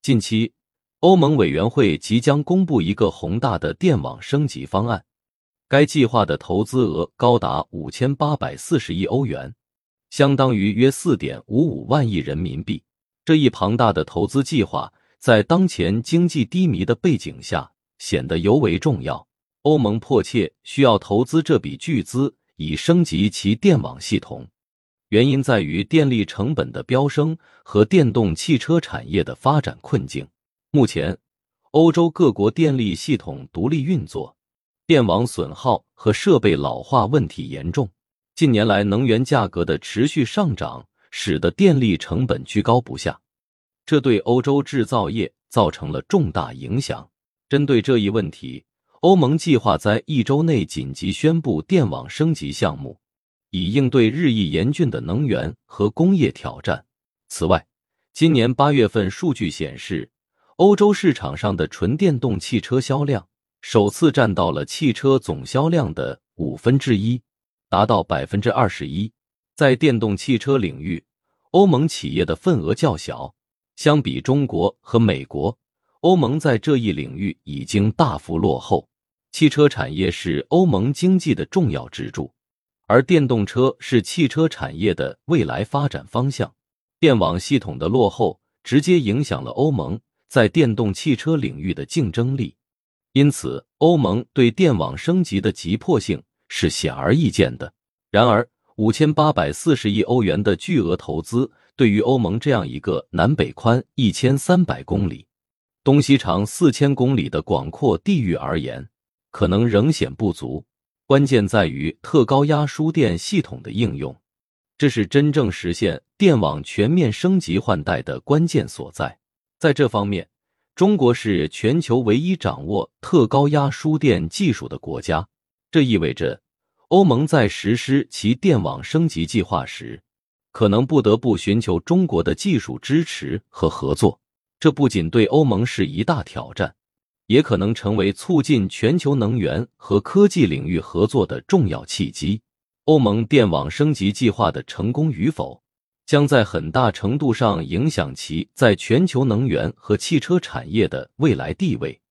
近期，欧盟委员会即将公布一个宏大的电网升级方案，该计划的投资额高达5840亿欧元，相当于约 4.55 万亿人民币。这一庞大的投资计划在当前经济低迷的背景下显得尤为重要。欧盟迫切需要投资这笔巨资以升级其电网系统，原因在于电力成本的飙升和电动汽车产业的发展困境。目前，欧洲各国电力系统独立运作，电网损耗和设备老化问题严重。近年来能源价格的持续上涨使得电力成本居高不下，这对欧洲制造业造成了重大影响。针对这一问题，欧盟计划在1周内紧急宣布电网升级项目，以应对日益严峻的能源和工业挑战。此外，今年8月份数据显示，欧洲市场上的纯电动汽车销量首次占到了汽车总销量的1/5，达到 21%。在电动汽车领域，欧盟企业的份额较小，相比中国和美国，欧盟在这一领域已经大幅落后。汽车产业是欧盟经济的重要支柱，而电动车是汽车产业的未来发展方向。电网系统的落后直接影响了欧盟在电动汽车领域的竞争力，因此欧盟对电网升级的急迫性是显而易见的。然而5840亿欧元的巨额投资对于欧盟这样一个南北宽1300公里、东西长4000公里的广阔地域而言，可能仍显不足。关键在于特高压输电系统的应用，这是真正实现电网全面升级换代的关键所在。在这方面，中国是全球唯一掌握特高压输电技术的国家，这意味着欧盟在实施其电网升级计划时，可能不得不寻求中国的技术支持和合作。这不仅对欧盟是一大挑战，也可能成为促进全球能源和科技领域合作的重要契机。欧盟电网升级计划的成功与否，将在很大程度上影响其在全球能源和汽车产业的未来地位。